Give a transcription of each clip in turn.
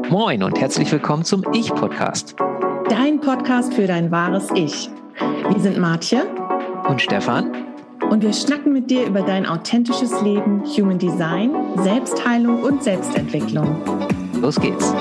Moin und herzlich willkommen zum Ich-Podcast. Dein Podcast für dein wahres Ich. Wir sind Martje und Stefan und wir schnacken mit dir über dein authentisches Leben, Human Design, Selbstheilung und Selbstentwicklung. Los geht's.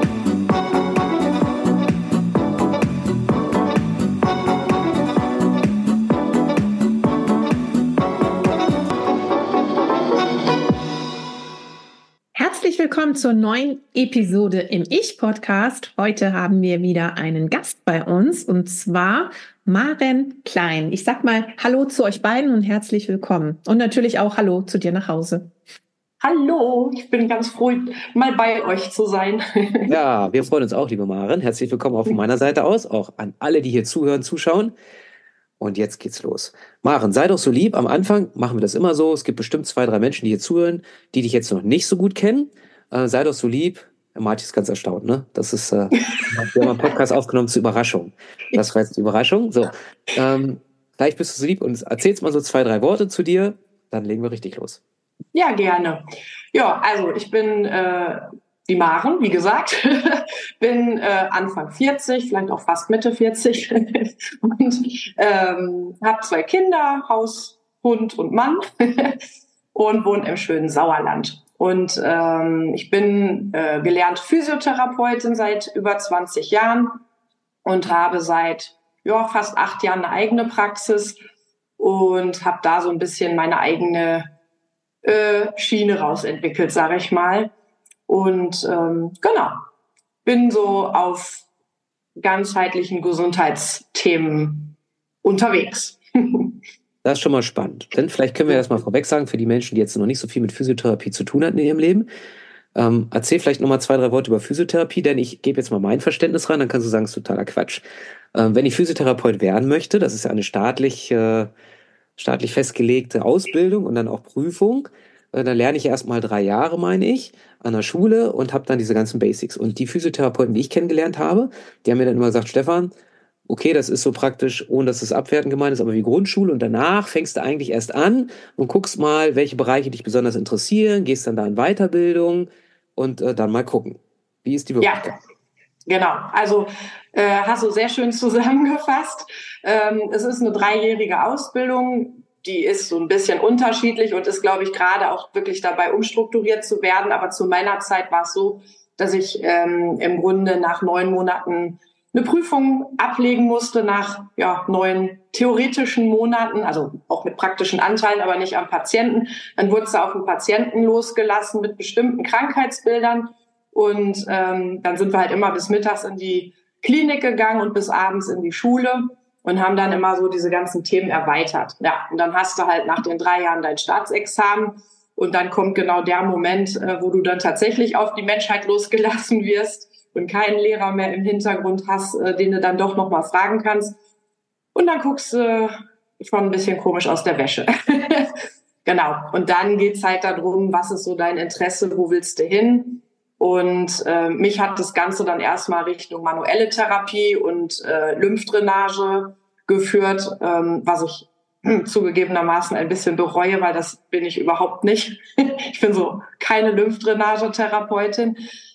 Herzlich willkommen zur neuen Episode im Ich-Podcast. Heute haben wir wieder einen Gast bei uns und zwar Maren Klein. Ich sag mal Hallo zu euch beiden und herzlich willkommen. Und natürlich auch Hallo zu dir nach Hause. Hallo, ich bin ganz froh, mal bei euch zu sein. Ja, wir freuen uns auch, liebe Maren. Herzlich willkommen auch von meiner Seite aus, auch an alle, die hier zuhören, zuschauen. Und jetzt geht's los. Maren, sei doch so lieb. Am Anfang machen wir das immer so. Es gibt bestimmt 2, 3 Menschen, die hier zuhören, die dich jetzt noch nicht so gut kennen. Sei doch so lieb. Martin ist ganz erstaunt, ne? Das ist, wir haben einen Podcast aufgenommen zur Überraschung. Das war jetzt die Überraschung. So, gleich bist du so lieb und erzählst mal so 2, 3 Worte zu dir. Dann legen wir richtig los. Ja, gerne. Ja, also ich bin die Maren, wie gesagt, bin Anfang 40, vielleicht auch fast Mitte 40 und habe 2 Kinder, Haus, Hund und Mann und wohne im schönen Sauerland. Und ich bin gelernte Physiotherapeutin seit über 20 Jahren und habe seit fast 8 Jahren eine eigene Praxis und habe da so ein bisschen meine eigene Schiene rausentwickelt, sage ich mal. Und genau, bin so auf ganzheitlichen Gesundheitsthemen unterwegs. Das ist schon mal spannend. Denn vielleicht können wir das mal vorweg sagen, für die Menschen, die jetzt noch nicht so viel mit Physiotherapie zu tun hatten in ihrem Leben. Erzähl vielleicht nochmal 2, 3 Worte über Physiotherapie, denn ich gebe jetzt mal mein Verständnis rein, dann kannst du sagen, es ist totaler Quatsch. Wenn ich Physiotherapeut werden möchte, das ist ja eine staatlich festgelegte Ausbildung und dann auch Prüfung, dann lerne ich erstmal 3 Jahre, meine ich, an der Schule und habe dann diese ganzen Basics. Und die Physiotherapeuten, die ich kennengelernt habe, die haben mir dann immer gesagt, Stefan, okay, das ist so praktisch, ohne dass es abwertend gemeint ist, aber wie Grundschule. Und danach fängst du eigentlich erst an und guckst mal, welche Bereiche dich besonders interessieren, gehst dann da in Weiterbildung und dann mal gucken. Wie ist die Wirklichkeit? Ja, genau. Also hast du sehr schön zusammengefasst. Es ist eine 3-jährige Ausbildung. Die ist so ein bisschen unterschiedlich und ist, glaube ich, gerade auch wirklich dabei, umstrukturiert zu werden. Aber zu meiner Zeit war es so, dass ich im Grunde nach 9 Monaten eine Prüfung ablegen musste, nach 9 theoretischen Monaten, also auch mit praktischen Anteilen, aber nicht am Patienten. Dann wurde es auf den Patienten losgelassen mit bestimmten Krankheitsbildern. Und dann sind wir halt immer bis mittags in die Klinik gegangen und bis abends in die Schule. Und haben dann immer so diese ganzen Themen erweitert. Ja, und dann hast du halt nach den 3 Jahren dein Staatsexamen und dann kommt genau der Moment, wo du dann tatsächlich auf die Menschheit losgelassen wirst und keinen Lehrer mehr im Hintergrund hast, den du dann doch nochmal fragen kannst. Und dann guckst du schon ein bisschen komisch aus der Wäsche. Genau, und dann geht's halt darum, was ist so dein Interesse, wo willst du hin? Und mich hat das Ganze dann erstmal Richtung manuelle Therapie und Lymphdrainage geführt, was ich zugegebenermaßen ein bisschen bereue, weil das bin ich überhaupt nicht. Ich bin so keine Lymphdrainage-Therapeutin.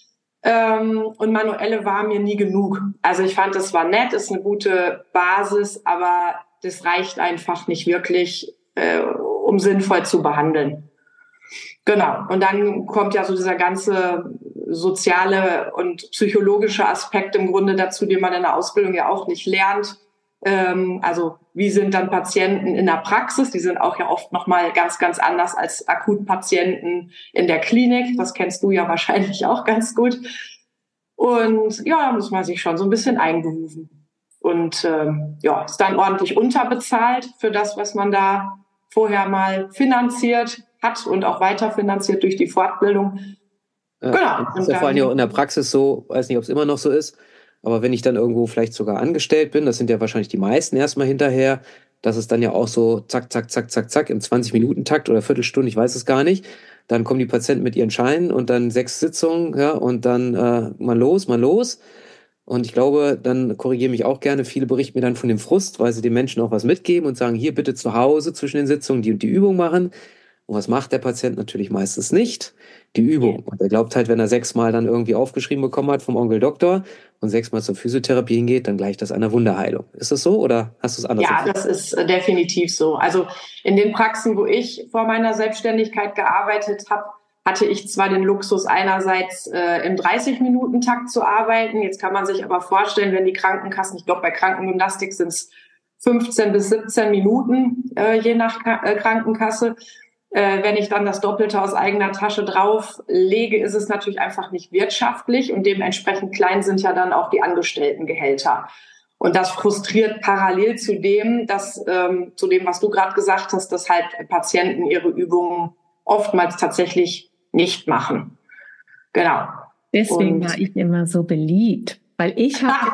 Und manuelle war mir nie genug. Also ich fand, das war nett, ist eine gute Basis, aber das reicht einfach nicht wirklich, um sinnvoll zu behandeln. Genau. Und dann kommt ja so dieser ganze soziale und psychologische Aspekt im Grunde dazu, den man in der Ausbildung ja auch nicht lernt. Also wie sind dann Patienten in der Praxis? Die sind auch ja oft nochmal ganz, ganz anders als Akutpatienten in der Klinik. Das kennst du ja wahrscheinlich auch ganz gut. Und da muss man sich schon so ein bisschen einberufen. Und ist dann ordentlich unterbezahlt für das, was man da vorher mal finanziert hat und auch weiterfinanziert durch die Fortbildung. Genau. Das ist ja vor allem auch in der Praxis so, weiß nicht, ob es immer noch so ist, aber wenn ich dann irgendwo vielleicht sogar angestellt bin, das sind ja wahrscheinlich die meisten erstmal hinterher, dass es dann ja auch so zack, zack, zack, zack, zack im 20-Minuten-Takt oder Viertelstunde, ich weiß es gar nicht, dann kommen die Patienten mit ihren Scheinen und dann 6 Sitzungen, und dann mal los. Und ich glaube, dann korrigiere mich auch gerne, viele berichten mir dann von dem Frust, weil sie den Menschen auch was mitgeben und sagen, hier bitte zu Hause zwischen den Sitzungen die und die Übung machen. Und was macht der Patient natürlich meistens nicht? Die Übung. Und er glaubt halt, wenn er 6-mal dann irgendwie aufgeschrieben bekommen hat vom Onkel Doktor und 6-mal zur Physiotherapie hingeht, dann gleicht das einer Wunderheilung. Ist das so oder hast du es anders Ja, das ist definitiv so. Also in den Praxen, wo ich vor meiner Selbstständigkeit gearbeitet habe, hatte ich zwar den Luxus, einerseits im 30-Minuten-Takt zu arbeiten. Jetzt kann man sich aber vorstellen, wenn die Krankenkassen, ich glaube bei Krankengymnastik sind es 15 bis 17 Minuten, je nach Krankenkasse. Wenn ich dann das Doppelte aus eigener Tasche drauf lege, ist es natürlich einfach nicht wirtschaftlich und dementsprechend klein sind ja dann auch die Angestelltengehälter. Und das frustriert parallel zu dem, was du gerade gesagt hast, dass halt Patienten ihre Übungen oftmals tatsächlich nicht machen. Genau. Deswegen war ich immer so beliebt, weil ich habe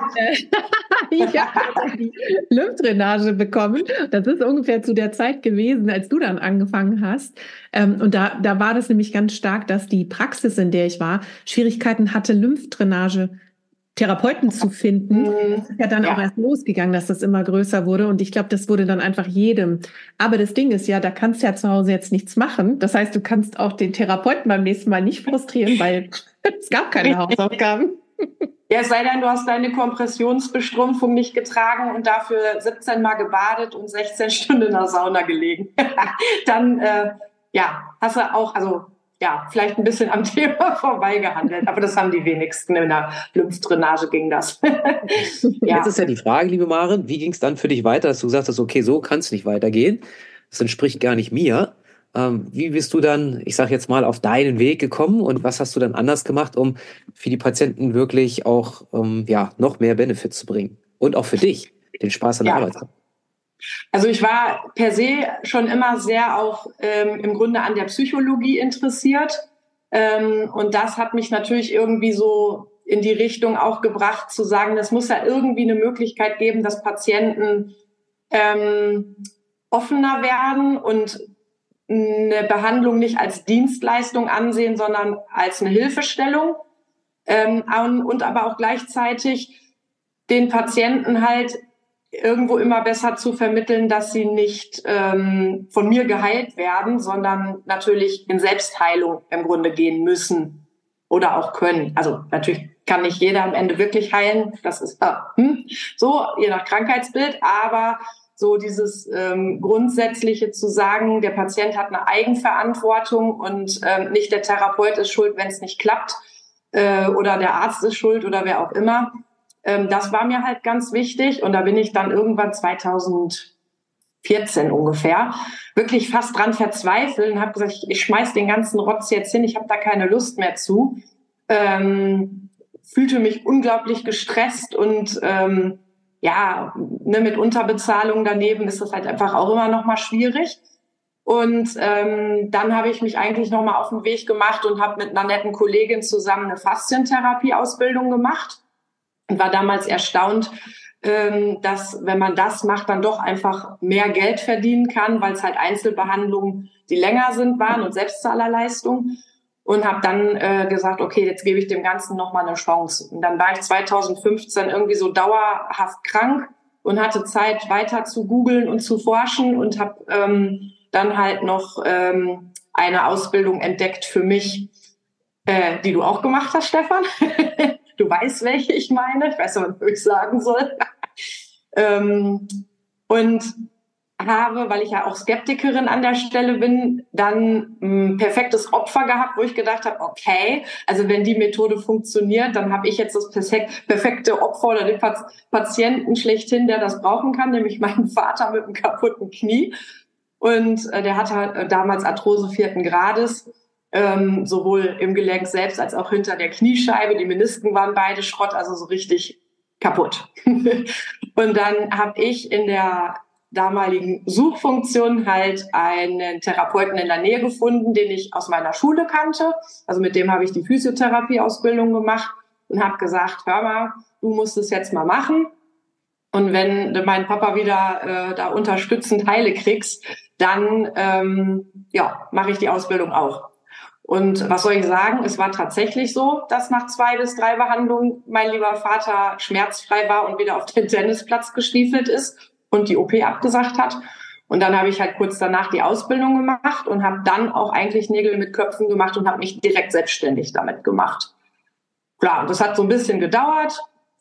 die Lymphdrainage bekommen. Das ist ungefähr zu der Zeit gewesen, als du dann angefangen hast. Und da war das nämlich ganz stark, dass die Praxis, in der ich war, Schwierigkeiten hatte, Lymphdrainage Therapeuten zu finden. Das ist ja dann auch erst losgegangen, dass das immer größer wurde. Und ich glaube, das wurde dann einfach jedem. Aber das Ding ist ja, da kannst du ja zu Hause jetzt nichts machen. Das heißt, du kannst auch den Therapeuten beim nächsten Mal nicht frustrieren, weil es gab keine Hausaufgaben. Ja, es sei denn, du hast deine Kompressionsbestrumpfung nicht getragen und dafür 17 Mal gebadet und 16 Stunden in der Sauna gelegen. Dann, hast du auch, vielleicht ein bisschen am Thema vorbeigehandelt. Aber das haben die wenigsten. In der Lymphdrainage ging das. Jetzt ist ja die Frage, liebe Maren, wie ging es dann für dich weiter, dass du gesagt hast, okay, so kann es nicht weitergehen. Das entspricht gar nicht mir. Wie bist du dann, ich sage jetzt mal, auf deinen Weg gekommen und was hast du dann anders gemacht, um für die Patienten wirklich auch noch mehr Benefits zu bringen und auch für dich den Spaß an der Arbeit zu haben? Also ich war per se schon immer sehr auch im Grunde an der Psychologie interessiert und das hat mich natürlich irgendwie so in die Richtung auch gebracht zu sagen, das muss ja irgendwie eine Möglichkeit geben, dass Patienten offener werden und eine Behandlung nicht als Dienstleistung ansehen, sondern als eine Hilfestellung und aber auch gleichzeitig den Patienten halt irgendwo immer besser zu vermitteln, dass sie nicht von mir geheilt werden, sondern natürlich in Selbstheilung im Grunde gehen müssen oder auch können. Also natürlich kann nicht jeder am Ende wirklich heilen, das ist so, je nach Krankheitsbild, aber so dieses Grundsätzliche zu sagen, der Patient hat eine Eigenverantwortung und nicht der Therapeut ist schuld, wenn es nicht klappt oder der Arzt ist schuld oder wer auch immer. Das war mir halt ganz wichtig und da bin ich dann irgendwann 2014 ungefähr wirklich fast dran verzweifelt und habe gesagt, ich schmeiß den ganzen Rotz jetzt hin, ich habe da keine Lust mehr zu. Fühlte mich unglaublich gestresst und mit Unterbezahlung daneben ist das halt einfach auch immer noch mal schwierig. Und dann habe ich mich eigentlich noch mal auf den Weg gemacht und habe mit einer netten Kollegin zusammen eine Faszientherapie-Ausbildung gemacht und war damals erstaunt, dass, wenn man das macht, dann doch einfach mehr Geld verdienen kann, weil es halt Einzelbehandlungen, die länger waren und Selbstzahlerleistung. Und habe dann gesagt, okay, jetzt gebe ich dem Ganzen nochmal eine Chance. Und dann war ich 2015 irgendwie so dauerhaft krank und hatte Zeit, weiter zu googeln und zu forschen und habe dann halt noch eine Ausbildung entdeckt für mich, die du auch gemacht hast, Stefan. Du weißt, welche ich meine. Ich weiß aber nicht, was ich sagen soll. Und habe, weil ich ja auch Skeptikerin an der Stelle bin, dann ein perfektes Opfer gehabt, wo ich gedacht habe, okay, also wenn die Methode funktioniert, dann habe ich jetzt das perfekte Opfer oder den Patienten schlechthin, der das brauchen kann, nämlich meinen Vater mit einem kaputten Knie. Und der hatte damals Arthrose 4. Grades, sowohl im Gelenk selbst als auch hinter der Kniescheibe. Die Menisken waren beide Schrott, also so richtig kaputt. Und dann habe ich in der damaligen Suchfunktion halt einen Therapeuten in der Nähe gefunden, den ich aus meiner Schule kannte. Also mit dem habe ich die Physiotherapie-Ausbildung gemacht und habe gesagt, hör mal, du musst es jetzt mal machen. Und wenn du meinen Papa wieder da unterstützend heile kriegst, dann mache ich die Ausbildung auch. Und was soll ich sagen? Es war tatsächlich so, dass nach 2 bis 3 Behandlungen mein lieber Vater schmerzfrei war und wieder auf den Tennisplatz gestiefelt ist und die OP abgesagt hat. Und dann habe ich halt kurz danach die Ausbildung gemacht und habe dann auch eigentlich Nägel mit Köpfen gemacht und habe mich direkt selbstständig damit gemacht. Klar, das hat so ein bisschen gedauert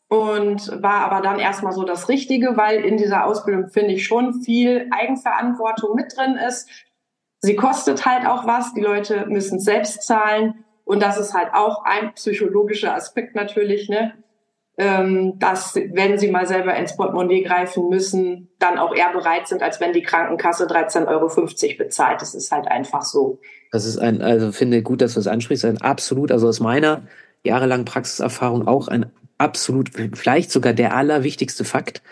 und war aber dann erstmal so das Richtige, weil in dieser Ausbildung, finde ich, schon viel Eigenverantwortung mit drin ist. Sie kostet halt auch was, die Leute müssen es selbst zahlen und das ist halt auch ein psychologischer Aspekt natürlich, ne? Dass, wenn sie mal selber ins Portemonnaie greifen müssen, dann auch eher bereit sind, als wenn die Krankenkasse 13,50 € bezahlt. Das ist halt einfach so. Das ist also finde gut, dass du das ansprichst, ein absolut, also aus meiner jahrelangen Praxiserfahrung auch ein absolut, vielleicht sogar der allerwichtigste Fakt.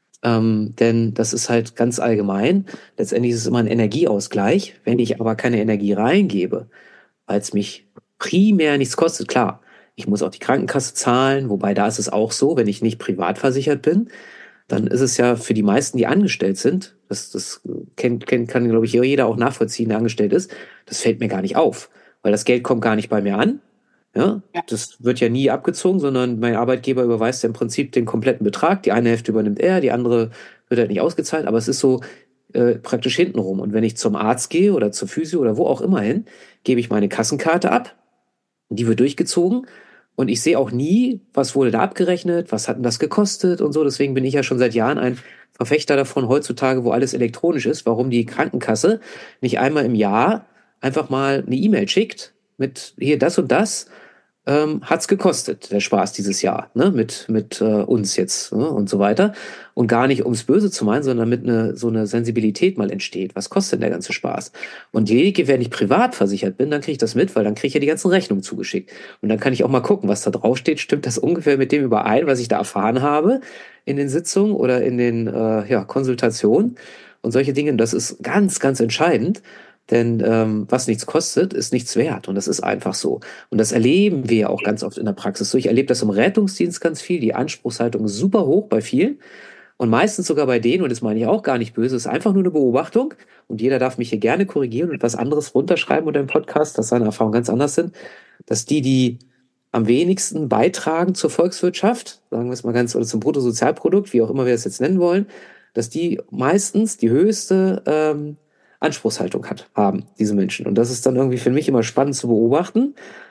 Denn das ist halt ganz allgemein. Letztendlich ist es immer ein Energieausgleich. Wenn ich aber keine Energie reingebe, weil es mich primär nichts kostet, klar, ich muss auch die Krankenkasse zahlen, wobei da ist es auch so, wenn ich nicht privat versichert bin, dann ist es ja für die meisten, die angestellt sind, das kann, glaube ich, jeder auch nachvollziehen, der angestellt ist, das fällt mir gar nicht auf, weil das Geld kommt gar nicht bei mir an. Ja, das wird ja nie abgezogen, sondern mein Arbeitgeber überweist ja im Prinzip den kompletten Betrag. Die eine Hälfte übernimmt er, die andere wird halt nicht ausgezahlt, aber es ist so praktisch hintenrum. Und wenn ich zum Arzt gehe oder zur Physio oder wo auch immer hin, gebe ich meine Kassenkarte ab, die wird durchgezogen und ich sehe auch nie, was wurde da abgerechnet, was hat denn das gekostet und so. Deswegen bin ich ja schon seit Jahren ein Verfechter davon, heutzutage, wo alles elektronisch ist, warum die Krankenkasse nicht einmal im Jahr einfach mal eine E-Mail schickt mit hier das und das hat's gekostet, der Spaß dieses Jahr, ne, mit uns jetzt, ne, und so weiter. Und gar nicht ums Böse zu meinen, sondern mit so eine Sensibilität mal entsteht. Was kostet denn der ganze Spaß? Und lediglich, wenn ich privat versichert bin, dann kriege ich das mit, weil dann kriege ich ja die ganzen Rechnungen zugeschickt. Und dann kann ich auch mal gucken, was da drauf steht. Stimmt das ungefähr mit dem überein, was ich da erfahren habe in den Sitzungen oder in den Konsultationen und solche Dinge. Und das ist ganz, ganz entscheidend. Denn was nichts kostet, ist nichts wert. Und das ist einfach so. Und das erleben wir ja auch ganz oft in der Praxis so. Ich erlebe das im Rettungsdienst ganz viel. Die Anspruchshaltung ist super hoch bei vielen. Und meistens sogar bei denen, und das meine ich auch gar nicht böse, es ist einfach nur eine Beobachtung. Und jeder darf mich hier gerne korrigieren und was anderes runterschreiben unter dem Podcast, dass seine Erfahrungen ganz anders sind. Dass die am wenigsten beitragen zur Volkswirtschaft, sagen wir es mal ganz, oder zum Bruttosozialprodukt, wie auch immer wir es jetzt nennen wollen, dass die meistens die höchste Anspruchshaltung haben, diese Menschen. Und das ist dann irgendwie für mich immer spannend zu beobachten,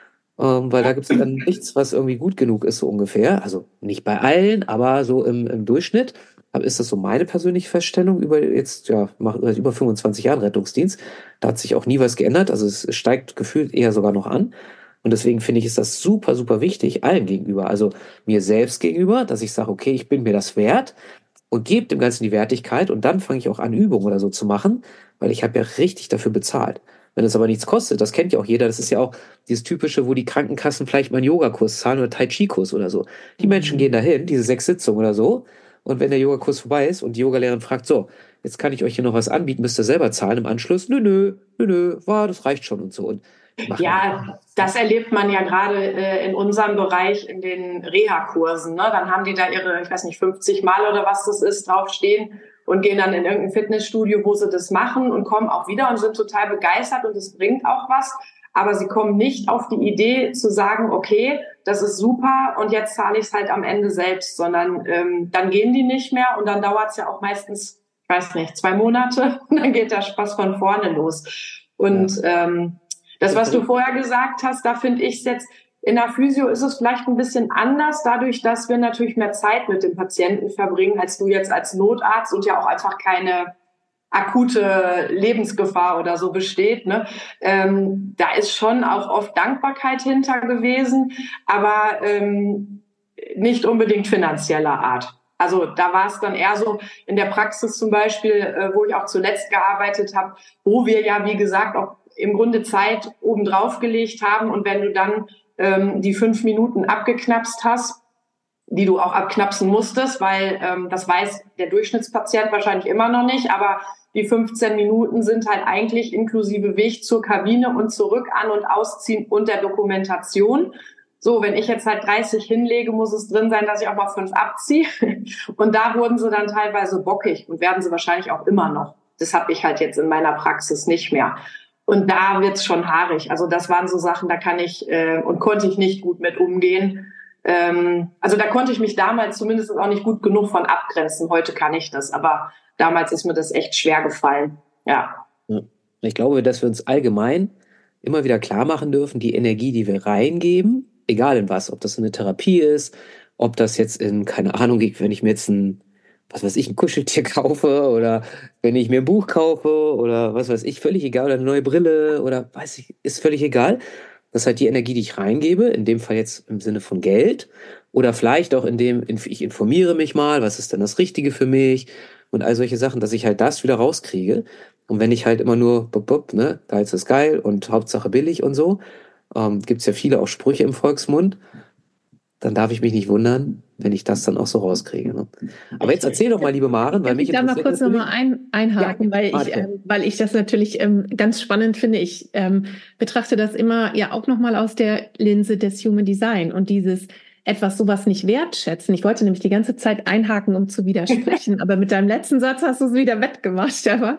weil da gibt es dann nichts, was irgendwie gut genug ist, so ungefähr. Also nicht bei allen, aber so im Durchschnitt ist das so meine persönliche Feststellung über jetzt, ja, seit über 25 Jahren Rettungsdienst. Da hat sich auch nie was geändert. Also es steigt gefühlt eher sogar noch an. Und deswegen finde ich, ist das super, super wichtig, allen gegenüber. Also mir selbst gegenüber, dass ich sage, okay, ich bin mir das wert und gebe dem Ganzen die Wertigkeit und dann fange ich auch an, Übungen oder so zu machen, weil ich habe ja richtig dafür bezahlt. Wenn es aber nichts kostet, das kennt ja auch jeder, das ist ja auch dieses Typische, wo die Krankenkassen vielleicht mal einen Yogakurs zahlen oder Tai Chi-Kurs oder so. Die Menschen gehen dahin, diese 6 Sitzungen oder so, und wenn der Yogakurs vorbei ist und die Yogalehrerin fragt, so, jetzt kann ich euch hier noch was anbieten, müsst ihr selber zahlen im Anschluss, nö, das reicht schon und so. Und ja, das erlebt man ja gerade in unserem Bereich in den Reha-Kursen. Ne? Dann haben die da ihre, ich weiß nicht, 50 Mal oder was das ist, draufstehen und gehen dann in irgendein Fitnessstudio, wo sie das machen und kommen auch wieder und sind total begeistert und es bringt auch was. Aber sie kommen nicht auf die Idee zu sagen, okay, das ist super und jetzt zahle ich es halt am Ende selbst, sondern dann gehen die nicht mehr und dann dauert es ja auch meistens, ich weiß nicht, 2 Monate und dann geht der Spaß von vorne los. Und das, was du vorher gesagt hast, da finde ich es jetzt, in der Physio ist es vielleicht ein bisschen anders, dadurch, dass wir natürlich mehr Zeit mit dem Patienten verbringen, als du jetzt als Notarzt und ja auch einfach keine akute Lebensgefahr oder so besteht. Ne? Da ist schon auch oft Dankbarkeit hinter gewesen, aber nicht unbedingt finanzieller Art. Also da war es dann eher so in der Praxis zum Beispiel, wo ich auch zuletzt gearbeitet habe, wo wir ja, wie gesagt, auch im Grunde Zeit obendrauf gelegt haben. Und wenn du dann die 5 Minuten abgeknapst hast, die du auch abknapsen musstest, weil das weiß der Durchschnittspatient wahrscheinlich immer noch nicht, aber die 15 Minuten sind halt eigentlich inklusive Weg zur Kabine und zurück, an- und ausziehen und der Dokumentation. So, wenn ich jetzt halt 30 hinlege, muss es drin sein, dass ich auch mal 5 abziehe. Und da wurden sie dann teilweise bockig und werden sie wahrscheinlich auch immer noch. Das habe ich halt jetzt in meiner Praxis nicht mehr. Und da wird's schon haarig. Also das waren so Sachen, da kann ich und konnte ich nicht gut mit umgehen. Also da konnte ich mich damals zumindest auch nicht gut genug von abgrenzen. Heute kann ich das, aber damals ist mir das echt schwer gefallen. Ja. Ja. Ich glaube, dass wir uns allgemein immer wieder klar machen dürfen, die Energie, die wir reingeben, egal in was, ob das eine Therapie ist, ob das jetzt in, keine Ahnung, wenn ich mir jetzt ein Kuscheltier kaufe oder wenn ich mir ein Buch kaufe oder was weiß ich, völlig egal, oder eine neue Brille oder weiß ich, ist völlig egal. Das ist halt die Energie, die ich reingebe, in dem Fall jetzt im Sinne von Geld oder vielleicht auch ich informiere mich mal, was ist denn das Richtige für mich und all solche Sachen, dass ich halt das wieder rauskriege. Und wenn ich halt immer nur, ne, Geiz ist geil und Hauptsache billig und so, gibt es ja viele auch Sprüche im Volksmund, dann darf ich mich nicht wundern, wenn ich das dann auch so rauskriege. Ne? Aber jetzt erzähl doch mal, liebe Maren, weil mich interessiert. Ich darf mal kurz nochmal einhaken, ja, weil ich das natürlich ganz spannend finde. Ich betrachte das immer ja auch nochmal aus der Linse des Human Design und dieses sowas nicht wertschätzen. Ich wollte nämlich die ganze Zeit einhaken, um zu widersprechen, aber mit deinem letzten Satz hast du es wieder wettgemacht, Stefan.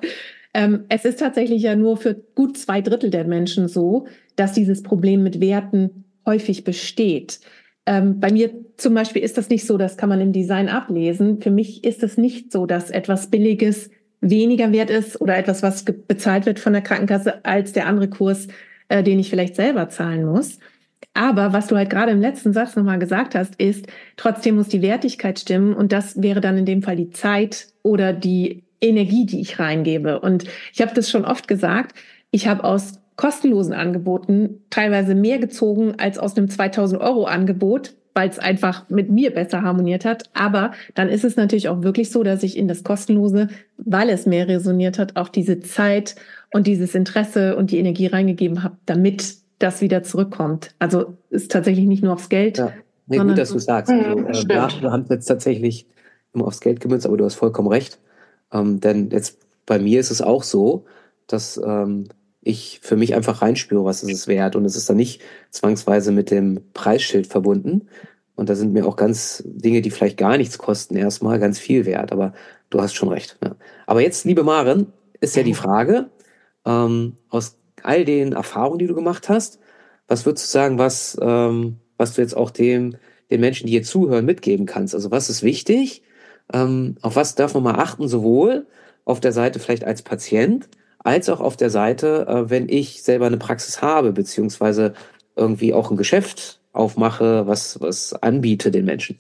Es ist tatsächlich ja nur für gut 2/3 der Menschen so, dass dieses Problem mit Werten häufig besteht. Bei mir zum Beispiel ist das nicht so, das kann man im Design ablesen. Für mich ist es nicht so, dass etwas Billiges weniger wert ist oder etwas, was bezahlt wird von der Krankenkasse, als der andere Kurs, den ich vielleicht selber zahlen muss. Aber was du halt gerade im letzten Satz nochmal gesagt hast, ist, trotzdem muss die Wertigkeit stimmen und das wäre dann in dem Fall die Zeit oder die Energie, die ich reingebe. Und ich habe das schon oft gesagt, ich habe aus kostenlosen Angeboten teilweise mehr gezogen als aus einem 2.000 € Angebot, weil es einfach mit mir besser harmoniert hat. Aber dann ist es natürlich auch wirklich so, dass ich in das Kostenlose, weil es mehr resoniert hat, auch diese Zeit und dieses Interesse und die Energie reingegeben habe, damit das wieder zurückkommt. Also ist tatsächlich nicht nur aufs Geld. ja. Nee, gut, dass du sagst. Also, wir haben jetzt tatsächlich immer aufs Geld gemünzt, aber du hast vollkommen recht. Denn jetzt bei mir ist es auch so, dass ich für mich einfach reinspüre, was ist es wert. Und es ist dann nicht zwangsweise mit dem Preisschild verbunden. Und da sind mir auch ganz Dinge, die vielleicht gar nichts kosten, erstmal ganz viel wert. Aber du hast schon recht. Ja. Aber jetzt, liebe Maren, ist ja die Frage, aus all den Erfahrungen, die du gemacht hast, was würdest du sagen, was du jetzt auch den Menschen, die hier zuhören, mitgeben kannst? Also was ist wichtig? Auf was darf man mal achten, sowohl auf der Seite vielleicht als Patient, als auch auf der Seite, wenn ich selber eine Praxis habe, beziehungsweise irgendwie auch ein Geschäft aufmache, was anbiete den Menschen?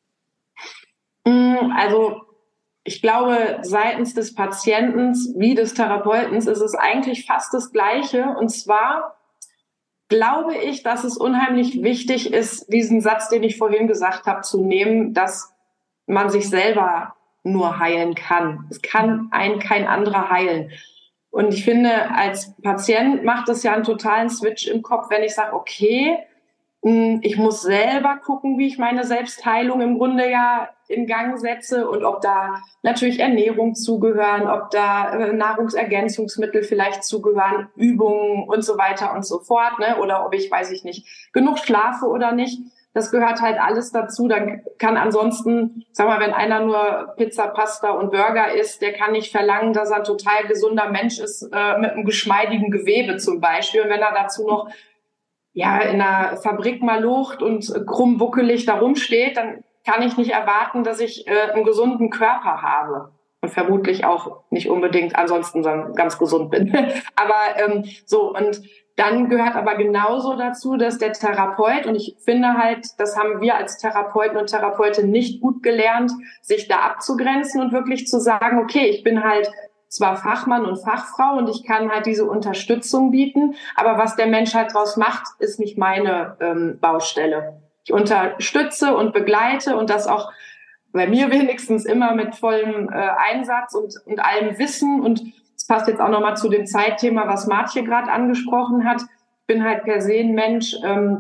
Also ich glaube, seitens des Patienten wie des Therapeuten ist es eigentlich fast das Gleiche. Und zwar glaube ich, dass es unheimlich wichtig ist, diesen Satz, den ich vorhin gesagt habe, zu nehmen, dass man sich selber nur heilen kann. Es kann einen kein anderer heilen. Und ich finde, als Patient macht es ja einen totalen Switch im Kopf, wenn ich sage, okay, ich muss selber gucken, wie ich meine Selbstheilung im Grunde ja in Gang setze und ob da natürlich Ernährung zugehören, ob da Nahrungsergänzungsmittel vielleicht zugehören, Übungen und so weiter und so fort, ne? Oder ob ich, weiß ich nicht, genug schlafe oder nicht. Das gehört halt alles dazu. Dann kann ansonsten, sag mal, wenn einer nur Pizza, Pasta und Burger isst, der kann nicht verlangen, dass er ein total gesunder Mensch ist, mit einem geschmeidigen Gewebe zum Beispiel. Und wenn er dazu noch in einer Fabrik mal lucht und krumm wuckelig da rumsteht, dann kann ich nicht erwarten, dass ich einen gesunden Körper habe. Und vermutlich auch nicht unbedingt ansonsten ganz gesund bin. Aber und dann gehört aber genauso dazu, dass der Therapeut, und ich finde halt, das haben wir als Therapeuten und Therapeutin nicht gut gelernt, sich da abzugrenzen und wirklich zu sagen, okay, ich bin halt zwar Fachmann und Fachfrau und ich kann halt diese Unterstützung bieten, aber was der Mensch halt draus macht, ist nicht meine Baustelle. Ich unterstütze und begleite und das auch bei mir wenigstens immer mit vollem Einsatz und allem Wissen. Und es passt jetzt auch nochmal zu dem Zeitthema, was Martje gerade angesprochen hat. Ich bin halt per se ein Mensch,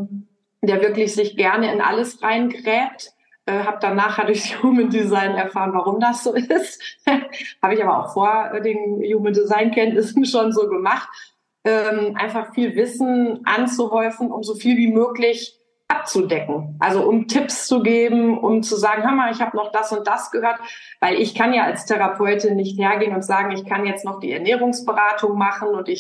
der wirklich sich gerne in alles reingräbt. Habe dann nachher durch Human Design erfahren, warum das so ist. Habe ich aber auch vor den Human Design Kenntnissen schon so gemacht. Einfach viel Wissen anzuhäufen, um so viel wie möglich abzudecken. Also um Tipps zu geben, um zu sagen, hör mal, ich habe noch das und das gehört, weil ich kann ja als Therapeutin nicht hergehen und sagen, ich kann jetzt noch die Ernährungsberatung machen und ich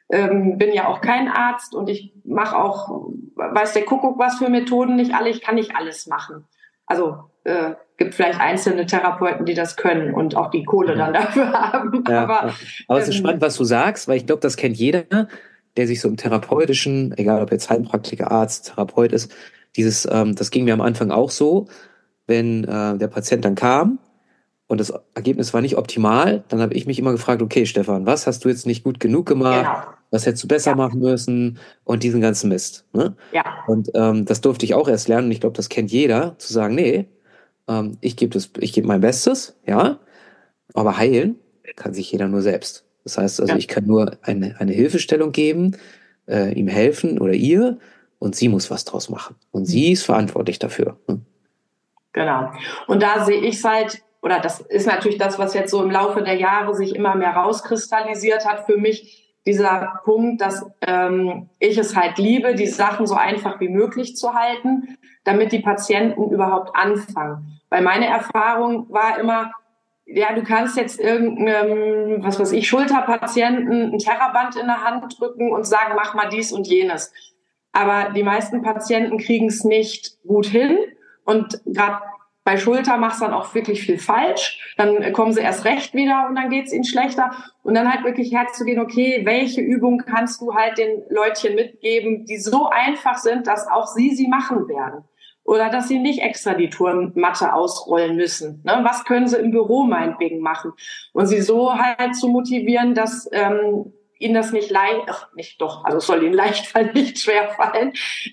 bin ja auch kein Arzt und ich mache auch, weiß der Kuckuck was für Methoden, ich kann nicht alles machen. Also gibt vielleicht einzelne Therapeuten, die das können und auch die Kohle dann dafür haben. Ja, Aber, ja. Aber es ist spannend, was du sagst, weil ich glaube, das kennt jeder, der sich so im Therapeutischen, egal ob jetzt Heilpraktiker, Arzt, Therapeut ist, das ging mir am Anfang auch so, wenn der Patient dann kam und das Ergebnis war nicht optimal, dann habe ich mich immer gefragt, okay, Stefan, was hast du jetzt nicht gut genug gemacht? genau. Was hättest du besser machen müssen? Und diesen ganzen Mist. Ne? Ja. Und das durfte ich auch erst lernen und ich glaube, das kennt jeder, zu sagen, nee, ich gebe mein Bestes, ja, aber heilen kann sich jeder nur selbst. Das heißt also, Ja. ich kann nur eine Hilfestellung geben, ihm helfen oder ihr und sie muss was draus machen. Und sie ist verantwortlich dafür. Ne? Genau. Und da sehe ich es halt, oder das ist natürlich das, was jetzt so im Laufe der Jahre sich immer mehr rauskristallisiert hat für mich, dieser Punkt, dass ich es halt liebe, die Sachen so einfach wie möglich zu halten, damit die Patienten überhaupt anfangen. Weil meine Erfahrung war immer, ja, du kannst jetzt irgendeinem, was weiß ich, Schulterpatienten ein Terraband in der Hand drücken und sagen, mach mal dies und jenes. Aber die meisten Patienten kriegen es nicht gut hin. Und gerade bei Schulter machst du dann auch wirklich viel falsch. Dann kommen sie erst recht wieder und dann geht es ihnen schlechter. Und dann halt wirklich herzugehen, okay, welche Übung kannst du halt den Leutchen mitgeben, die so einfach sind, dass auch sie machen werden. Oder dass sie nicht extra die Turnmatte ausrollen müssen. Ne? Was können sie im Büro meinetwegen machen? Und sie so halt zu motivieren, dass ihnen das nicht also es soll ihnen leicht fallen, nicht schwer fallen,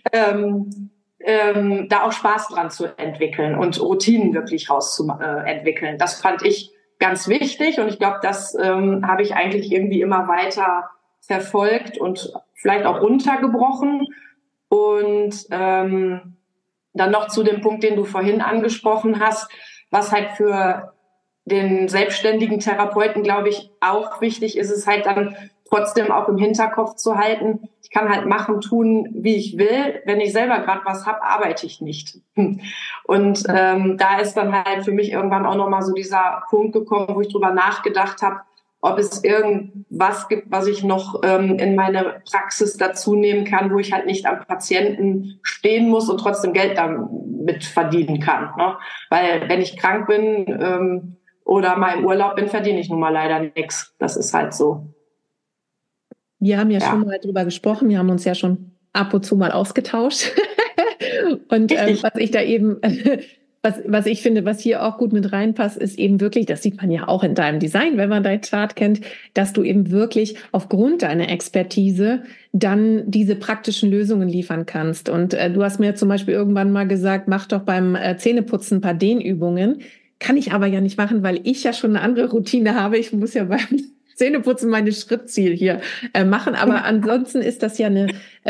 da auch Spaß dran zu entwickeln und Routinen wirklich entwickeln. Das fand ich ganz wichtig und ich glaube, das habe ich eigentlich irgendwie immer weiter verfolgt und vielleicht auch runtergebrochen. Und dann noch zu dem Punkt, den du vorhin angesprochen hast, was halt für den selbstständigen Therapeuten, glaube ich, auch wichtig ist, es halt dann trotzdem auch im Hinterkopf zu halten, ich kann halt machen, tun, wie ich will. Wenn ich selber gerade was habe, arbeite ich nicht. Und da ist dann halt für mich irgendwann auch nochmal so dieser Punkt gekommen, wo ich drüber nachgedacht habe, ob es irgendwas gibt, was ich noch in meine Praxis dazu nehmen kann, wo ich halt nicht am Patienten stehen muss und trotzdem Geld damit verdienen kann. Ne? Weil wenn ich krank bin oder mal im Urlaub bin, verdiene ich nun mal leider nichts. Das ist halt so. Wir haben ja schon mal drüber gesprochen, wir haben uns ja schon ab und zu mal ausgetauscht. Und was ich da eben... Was ich finde, was hier auch gut mit reinpasst, ist eben wirklich, das sieht man ja auch in deinem Design, wenn man deinen Chart kennt, dass du eben wirklich aufgrund deiner Expertise dann diese praktischen Lösungen liefern kannst. Und du hast mir zum Beispiel irgendwann mal gesagt, mach doch beim Zähneputzen ein paar Dehnübungen. Kann ich aber ja nicht machen, weil ich ja schon eine andere Routine habe. Ich muss ja beim Zähneputzen meine Schrittziel hier machen. Aber ansonsten ist das ja eine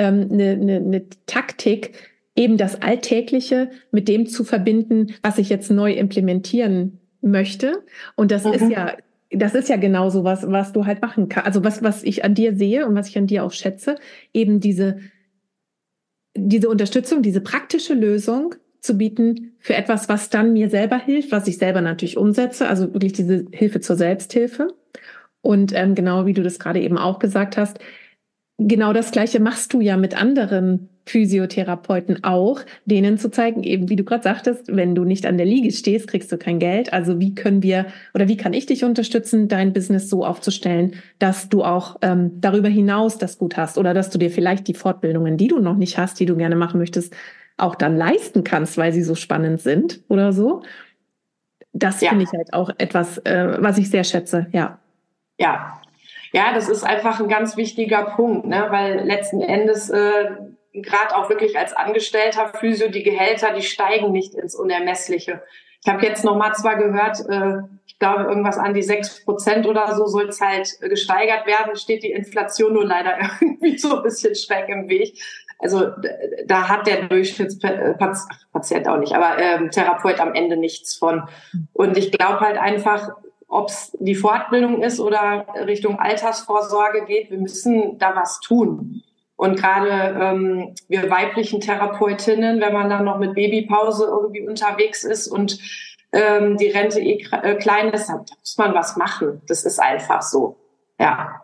Taktik, eben das Alltägliche mit dem zu verbinden, was ich jetzt neu implementieren möchte. Und das ist ja genau so was du halt machen kannst. Also was ich an dir sehe und was ich an dir auch schätze, eben diese Unterstützung, diese praktische Lösung zu bieten für etwas, was dann mir selber hilft, was ich selber natürlich umsetze. Also wirklich diese Hilfe zur Selbsthilfe. Und genau wie du das gerade eben auch gesagt hast, genau das Gleiche machst du ja mit anderen Physiotherapeuten auch, denen zu zeigen, eben wie du gerade sagtest, wenn du nicht an der Liege stehst, kriegst du kein Geld. Also wie kann ich dich unterstützen, dein Business so aufzustellen, dass du auch darüber hinaus das gut hast oder dass du dir vielleicht die Fortbildungen, die du noch nicht hast, die du gerne machen möchtest, auch dann leisten kannst, weil sie so spannend sind oder so. Das finde ich halt auch etwas, was ich sehr schätze, ja. Ja, das ist einfach ein ganz wichtiger Punkt, ne? Weil letzten Endes gerade auch wirklich als Angestellter Physio, die Gehälter, die steigen nicht ins Unermessliche. Ich habe jetzt noch mal zwar gehört, ich glaube irgendwas an die 6% oder so soll es halt gesteigert werden, steht die Inflation nur leider irgendwie so ein bisschen schräg im Weg. Also da hat der Durchschnittspatient auch nicht, aber Therapeut am Ende nichts von. Und ich glaube halt einfach, ob es die Fortbildung ist oder Richtung Altersvorsorge geht, wir müssen da was tun. Und gerade wir weiblichen Therapeutinnen, wenn man dann noch mit Babypause irgendwie unterwegs ist und die Rente klein ist, dann muss man was machen. Das ist einfach so. Ja.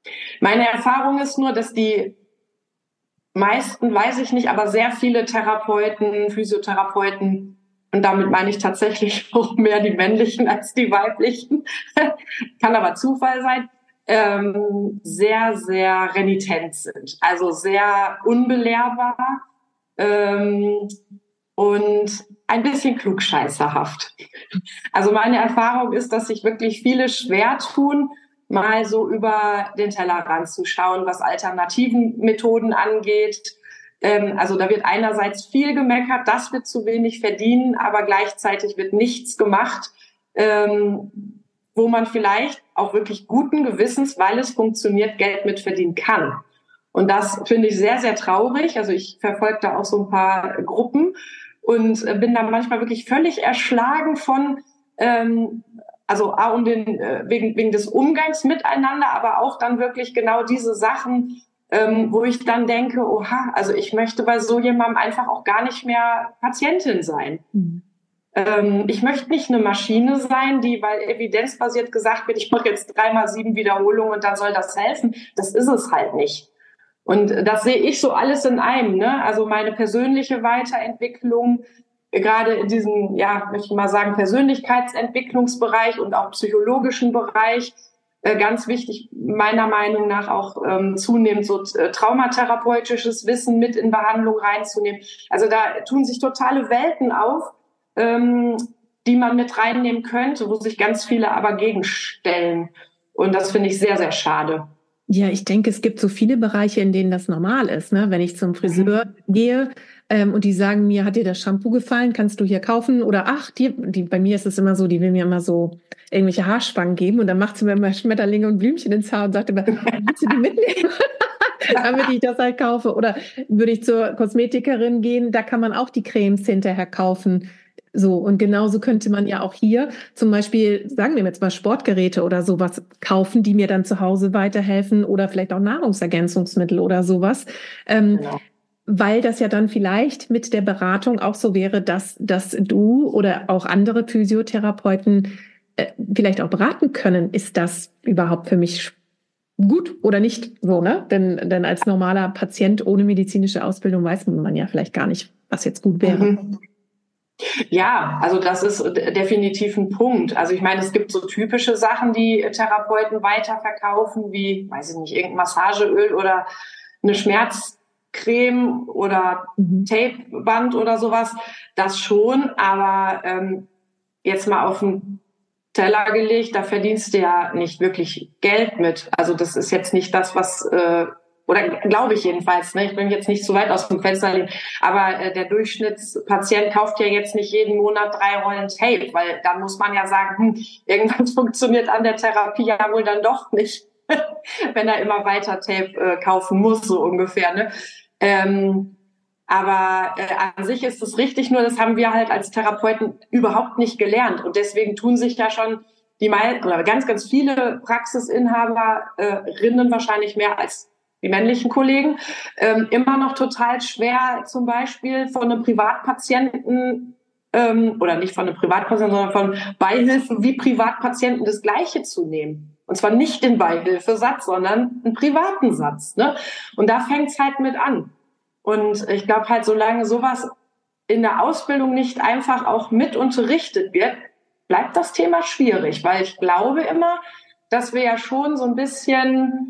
Meine Erfahrung ist nur, dass die meisten, weiß ich nicht, aber sehr viele Therapeuten, Physiotherapeuten, und damit meine ich tatsächlich auch mehr die männlichen als die weiblichen, kann aber Zufall sein, sehr, sehr renitent sind. Also sehr unbelehrbar und ein bisschen klugscheißerhaft. Also meine Erfahrung ist, dass sich wirklich viele schwer tun, mal so über den Tellerrand zu schauen, was alternativen Methoden angeht. Also da wird einerseits viel gemeckert, dass wir zu wenig verdienen, aber gleichzeitig wird nichts gemacht, wo man vielleicht auch wirklich guten Gewissens, weil es funktioniert, Geld mit verdienen kann. Und das finde ich sehr, sehr traurig. Also ich verfolge da auch so ein paar Gruppen und bin da manchmal wirklich völlig erschlagen von, also auch wegen des Umgangs miteinander, aber auch dann wirklich genau diese Sachen, wo ich dann denke, oha, also ich möchte bei so jemandem einfach auch gar nicht mehr Patientin sein. Mhm. Ich möchte nicht eine Maschine sein, die, weil evidenzbasiert gesagt wird, ich mache jetzt 3x7 Wiederholungen und dann soll das helfen. Das ist es halt nicht. Und das sehe ich so alles in einem, ne? Also meine persönliche Weiterentwicklung, gerade in diesem, ja, möchte ich mal sagen, Persönlichkeitsentwicklungsbereich und auch psychologischen Bereich, ganz wichtig, meiner Meinung nach auch zunehmend so traumatherapeutisches Wissen mit in Behandlung reinzunehmen. Also da tun sich totale Welten auf, die man mit reinnehmen könnte, wo sich ganz viele aber gegenstellen. Und das finde ich sehr, sehr schade. Ja, ich denke, es gibt so viele Bereiche, in denen das normal ist. Ne? Wenn ich zum Friseur gehe und die sagen mir, hat dir das Shampoo gefallen, kannst du hier kaufen? Oder ach, bei mir ist es immer so, die will mir immer so irgendwelche Haarspangen geben und dann macht sie mir immer Schmetterlinge und Blümchen ins Haar und sagt immer, willst du die mitnehmen? Damit ich das halt kaufe. Oder würde ich zur Kosmetikerin gehen, da kann man auch die Cremes hinterher kaufen. So, und genauso könnte man ja auch hier zum Beispiel, sagen wir jetzt mal Sportgeräte oder sowas kaufen, die mir dann zu Hause weiterhelfen oder vielleicht auch Nahrungsergänzungsmittel oder sowas. Genau. Weil das ja dann vielleicht mit der Beratung auch so wäre, dass du oder auch andere Physiotherapeuten vielleicht auch beraten können, ist das überhaupt für mich gut oder nicht so, ne? Denn als normaler Patient ohne medizinische Ausbildung weiß man ja vielleicht gar nicht, was jetzt gut wäre. Mhm. Ja, also das ist definitiv ein Punkt. Also ich meine, es gibt so typische Sachen, die Therapeuten weiterverkaufen, wie, weiß ich nicht, irgendein Massageöl oder eine Schmerzcreme oder Tapeband oder sowas. Das schon, aber jetzt mal auf den Teller gelegt, da verdienst du ja nicht wirklich Geld mit. Also das ist jetzt nicht das, was... oder glaube ich jedenfalls, ne? Ich bin jetzt nicht so weit aus dem Fenster lehnen, aber der Durchschnittspatient kauft ja jetzt nicht jeden Monat 3 Rollen Tape, weil dann muss man ja sagen, irgendwas funktioniert an der Therapie ja wohl dann doch nicht, wenn er immer weiter Tape kaufen muss, so ungefähr, ne? Aber an sich ist es richtig, nur das haben wir halt als Therapeuten überhaupt nicht gelernt und deswegen tun sich ja schon oder ganz, ganz viele Praxisinhaberinnen wahrscheinlich mehr als die männlichen Kollegen, immer noch total schwer, zum Beispiel von einem Privatpatienten oder nicht von einem Privatpatienten, sondern von Beihilfen wie Privatpatienten das Gleiche zu nehmen. Und zwar nicht den Beihilfesatz, sondern einen privaten Satz. Ne? Und da fängt es halt mit an. Und ich glaube halt, solange sowas in der Ausbildung nicht einfach auch mit unterrichtet wird, bleibt das Thema schwierig, weil ich glaube immer, dass wir ja schon so ein bisschen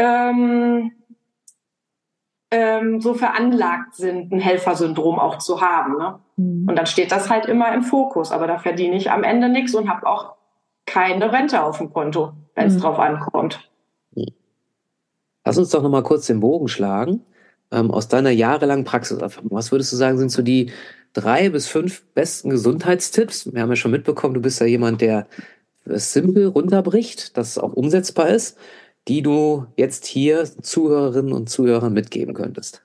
so veranlagt sind, ein Helfersyndrom auch zu haben. Ne? Mhm. Und dann steht das halt immer im Fokus. Aber da verdiene ich am Ende nichts und habe auch keine Rente auf dem Konto, wenn es drauf ankommt. Lass uns doch noch mal kurz den Bogen schlagen. Aus deiner jahrelangen Praxiserfahrung, was würdest du sagen, sind so die 3 bis 5 besten Gesundheitstipps? Wir haben ja schon mitbekommen, du bist ja jemand, der es simpel runterbricht, dass es auch umsetzbar ist, die du jetzt hier Zuhörerinnen und Zuhörern mitgeben könntest?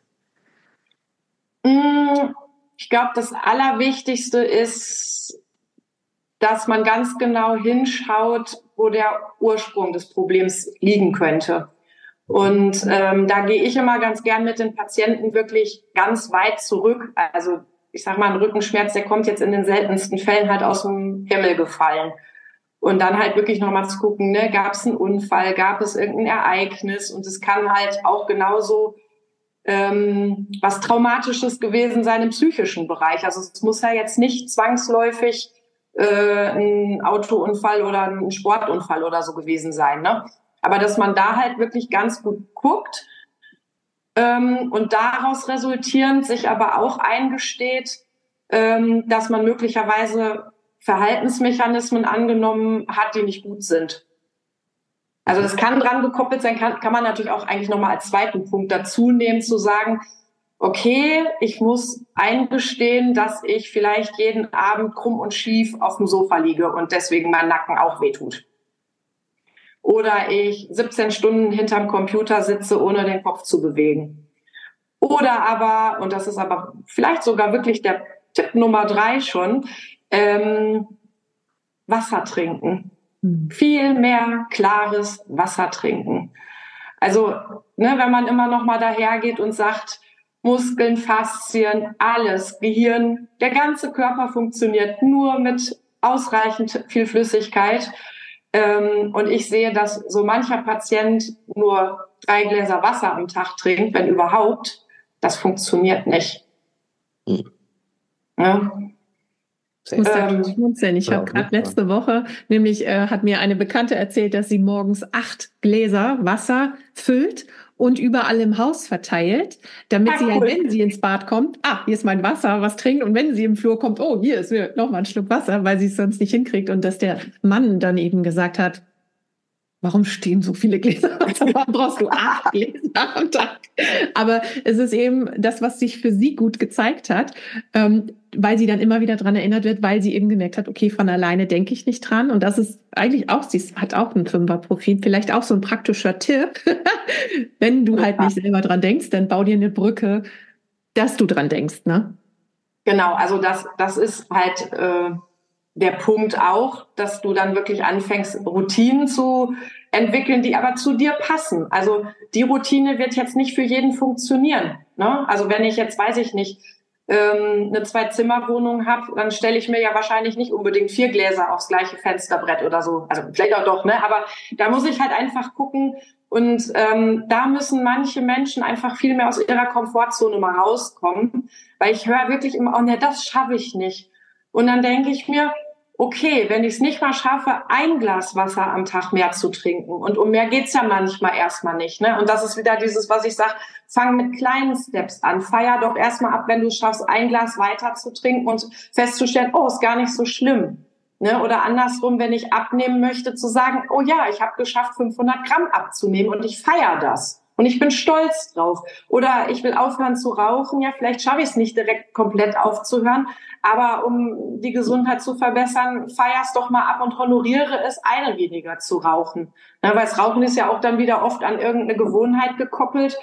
Ich glaube, das Allerwichtigste ist, dass man ganz genau hinschaut, wo der Ursprung des Problems liegen könnte. Und da gehe ich immer ganz gern mit den Patienten wirklich ganz weit zurück. Also ich sage mal, ein Rückenschmerz, der kommt jetzt in den seltensten Fällen halt aus dem Himmel gefallen. Und dann halt wirklich nochmal zu gucken, ne, gab es einen Unfall, gab es irgendein Ereignis? Und es kann halt auch genauso was Traumatisches gewesen sein im psychischen Bereich. Also es muss ja jetzt nicht zwangsläufig ein Autounfall oder ein Sportunfall oder so gewesen sein, ne? Aber dass man da halt wirklich ganz gut guckt und daraus resultierend sich aber auch eingesteht, dass man möglicherweise Verhaltensmechanismen angenommen hat, die nicht gut sind. Also das kann dran gekoppelt sein, kann man natürlich auch eigentlich nochmal als zweiten Punkt dazu nehmen, zu sagen, okay, ich muss eingestehen, dass ich vielleicht jeden Abend krumm und schief auf dem Sofa liege und deswegen mein Nacken auch wehtut. Oder ich 17 Stunden hinterm Computer sitze, ohne den Kopf zu bewegen. Oder aber, und das ist aber vielleicht sogar wirklich der Tipp Nummer 3 schon, Wasser trinken. Viel mehr klares Wasser trinken. Also, ne, wenn man immer noch mal dahergeht und sagt, Muskeln, Faszien, alles, Gehirn, der ganze Körper funktioniert nur mit ausreichend viel Flüssigkeit. Und ich sehe, dass so mancher Patient nur 3 Gläser Wasser am Tag trinkt, wenn überhaupt. Das funktioniert nicht. Ja. Ich muss da schmunzeln. Ich habe gerade letzte Woche, nämlich hat mir eine Bekannte erzählt, dass sie morgens 8 Gläser Wasser füllt und überall im Haus verteilt, damit sie, wenn sie ins Bad kommt, hier ist mein Wasser, was trinkt. Und wenn sie im Flur kommt, hier ist mir noch mal ein Schluck Wasser, weil sie es sonst nicht hinkriegt. Und dass der Mann dann eben gesagt hat, warum stehen so viele Gläser Wasser? Warum brauchst du 8 Gläser am Tag? Aber es ist eben das, was sich für sie gut gezeigt hat, weil sie dann immer wieder dran erinnert wird, weil sie eben gemerkt hat, okay, von alleine denke ich nicht dran. Und das ist eigentlich auch, sie hat auch ein 5er-Profil, vielleicht auch so ein praktischer Tipp. Wenn du halt nicht selber dran denkst, dann bau dir eine Brücke, dass du dran denkst, ne? Genau, also das ist halt der Punkt auch, dass du dann wirklich anfängst, Routinen zu entwickeln, die aber zu dir passen. Also die Routine wird jetzt nicht für jeden funktionieren, ne? Also wenn ich jetzt, weiß ich nicht, eine 2-Zimmer-Wohnung habe, dann stelle ich mir ja wahrscheinlich nicht unbedingt 4 Gläser aufs gleiche Fensterbrett oder so. Also vielleicht auch doch, ne? Aber da muss ich halt einfach gucken. Und da müssen manche Menschen einfach viel mehr aus ihrer Komfortzone mal rauskommen, weil ich höre wirklich immer, das schaffe ich nicht. Und dann denke ich mir, okay, wenn ich es nicht mal schaffe, 1 Glas Wasser am Tag mehr zu trinken, und um mehr geht's ja manchmal erstmal nicht, ne? Und das ist wieder dieses, was ich sage, fang mit kleinen Steps an, feier doch erstmal ab, wenn du schaffst, 1 Glas weiter zu trinken und festzustellen, ist gar nicht so schlimm, ne? Oder andersrum, wenn ich abnehmen möchte, zu sagen, ich habe geschafft, 500 Gramm abzunehmen und ich feiere das. Und ich bin stolz drauf. Oder ich will aufhören zu rauchen. Ja, vielleicht schaffe ich es nicht direkt komplett aufzuhören. Aber um die Gesundheit zu verbessern, feier's doch mal ab und honoriere es, eine weniger zu rauchen. Ja, weil das Rauchen ist ja auch dann wieder oft an irgendeine Gewohnheit gekoppelt.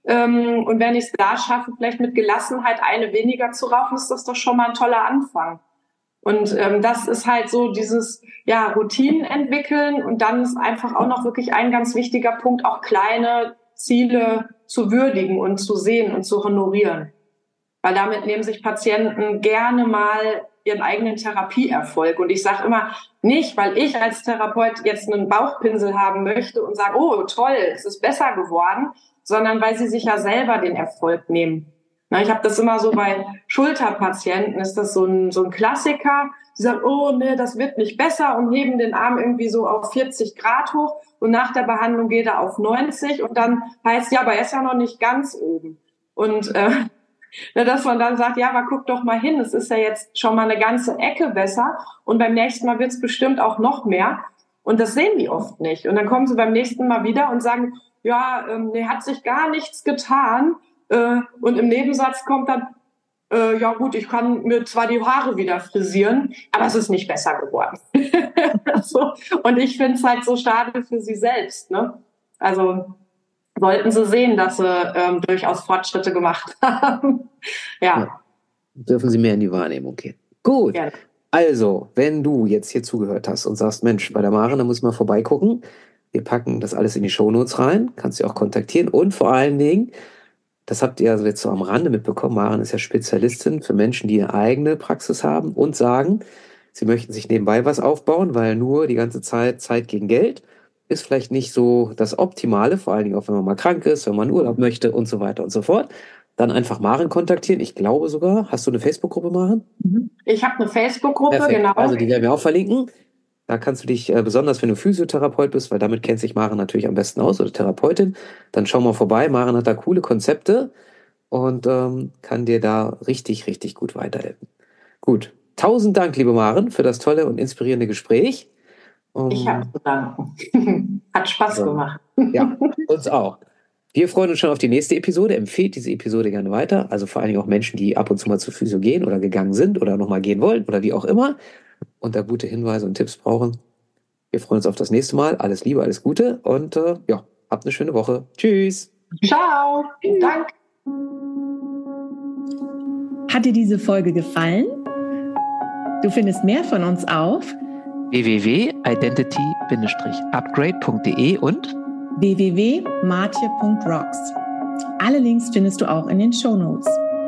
Und wenn ich es da schaffe, vielleicht mit Gelassenheit eine weniger zu rauchen, ist das doch schon mal ein toller Anfang. Und das ist halt so dieses, Routinen entwickeln. Und dann ist einfach auch noch wirklich ein ganz wichtiger Punkt, auch kleine Ziele zu würdigen und zu sehen und zu honorieren. Weil damit nehmen sich Patienten gerne mal ihren eigenen Therapieerfolg. Und ich sage immer, nicht, weil ich als Therapeut jetzt einen Bauchpinsel haben möchte und sage, toll, es ist besser geworden, sondern weil sie sich ja selber den Erfolg nehmen. Ich habe das immer so bei Schulterpatienten, ist das so ein Klassiker. Die sagen, das wird nicht besser, und heben den Arm irgendwie so auf 40 Grad hoch, und nach der Behandlung geht er auf 90, und dann heißt, aber er ist ja noch nicht ganz oben. Und dass man dann sagt, aber guck doch mal hin, es ist ja jetzt schon mal eine ganze Ecke besser, und beim nächsten Mal wird es bestimmt auch noch mehr. Und das sehen die oft nicht. Und dann kommen sie beim nächsten Mal wieder und sagen, hat sich gar nichts getan. Und im Nebensatz kommt dann, ich kann mir zwar die Haare wieder frisieren, aber es ist nicht besser geworden. So. Und ich finde es halt so schade für sie selbst, ne? Also sollten sie sehen, dass sie durchaus Fortschritte gemacht haben. Ja. Dürfen sie mehr in die Wahrnehmung gehen. Gut. Ja. Also, wenn du jetzt hier zugehört hast und sagst, Mensch, bei der Maren, da muss ich mal vorbeigucken. Wir packen das alles in die Shownotes rein, kannst du auch kontaktieren, und vor allen Dingen, das habt ihr also jetzt so am Rande mitbekommen, Maren ist ja Spezialistin für Menschen, die eine eigene Praxis haben und sagen, Sie möchten sich nebenbei was aufbauen, weil nur die ganze Zeit gegen Geld ist vielleicht nicht so das Optimale, vor allen Dingen auch, wenn man mal krank ist, wenn man Urlaub möchte und so weiter und so fort. Dann einfach Maren kontaktieren. Ich glaube sogar, hast du eine Facebook-Gruppe, Maren? Ich habe eine Facebook-Gruppe, Perfekt. genau. Also die werden wir auch verlinken. Da kannst du dich, besonders wenn du Physiotherapeut bist, weil damit kennt sich Maren natürlich am besten aus, oder Therapeutin, dann schau mal vorbei. Maren hat da coole Konzepte und kann dir da richtig, richtig gut weiterhelfen. Gut. 1000 Dank, liebe Maren, für das tolle und inspirierende Gespräch. Ich habe zu danken. Hat Spaß gemacht. Ja, uns auch. Wir freuen uns schon auf die nächste Episode. Empfehlt diese Episode gerne weiter. Also vor allen Dingen auch Menschen, die ab und zu mal zur Physio gehen oder gegangen sind oder nochmal gehen wollen oder wie auch immer und da gute Hinweise und Tipps brauchen. Wir freuen uns auf das nächste Mal. Alles Liebe, alles Gute und ja, habt eine schöne Woche. Tschüss. Ciao. Danke. Hat dir diese Folge gefallen? Du findest mehr von uns auf www.identity-upgrade.de und www.martje.rocks. Alle Links findest du auch in den Shownotes.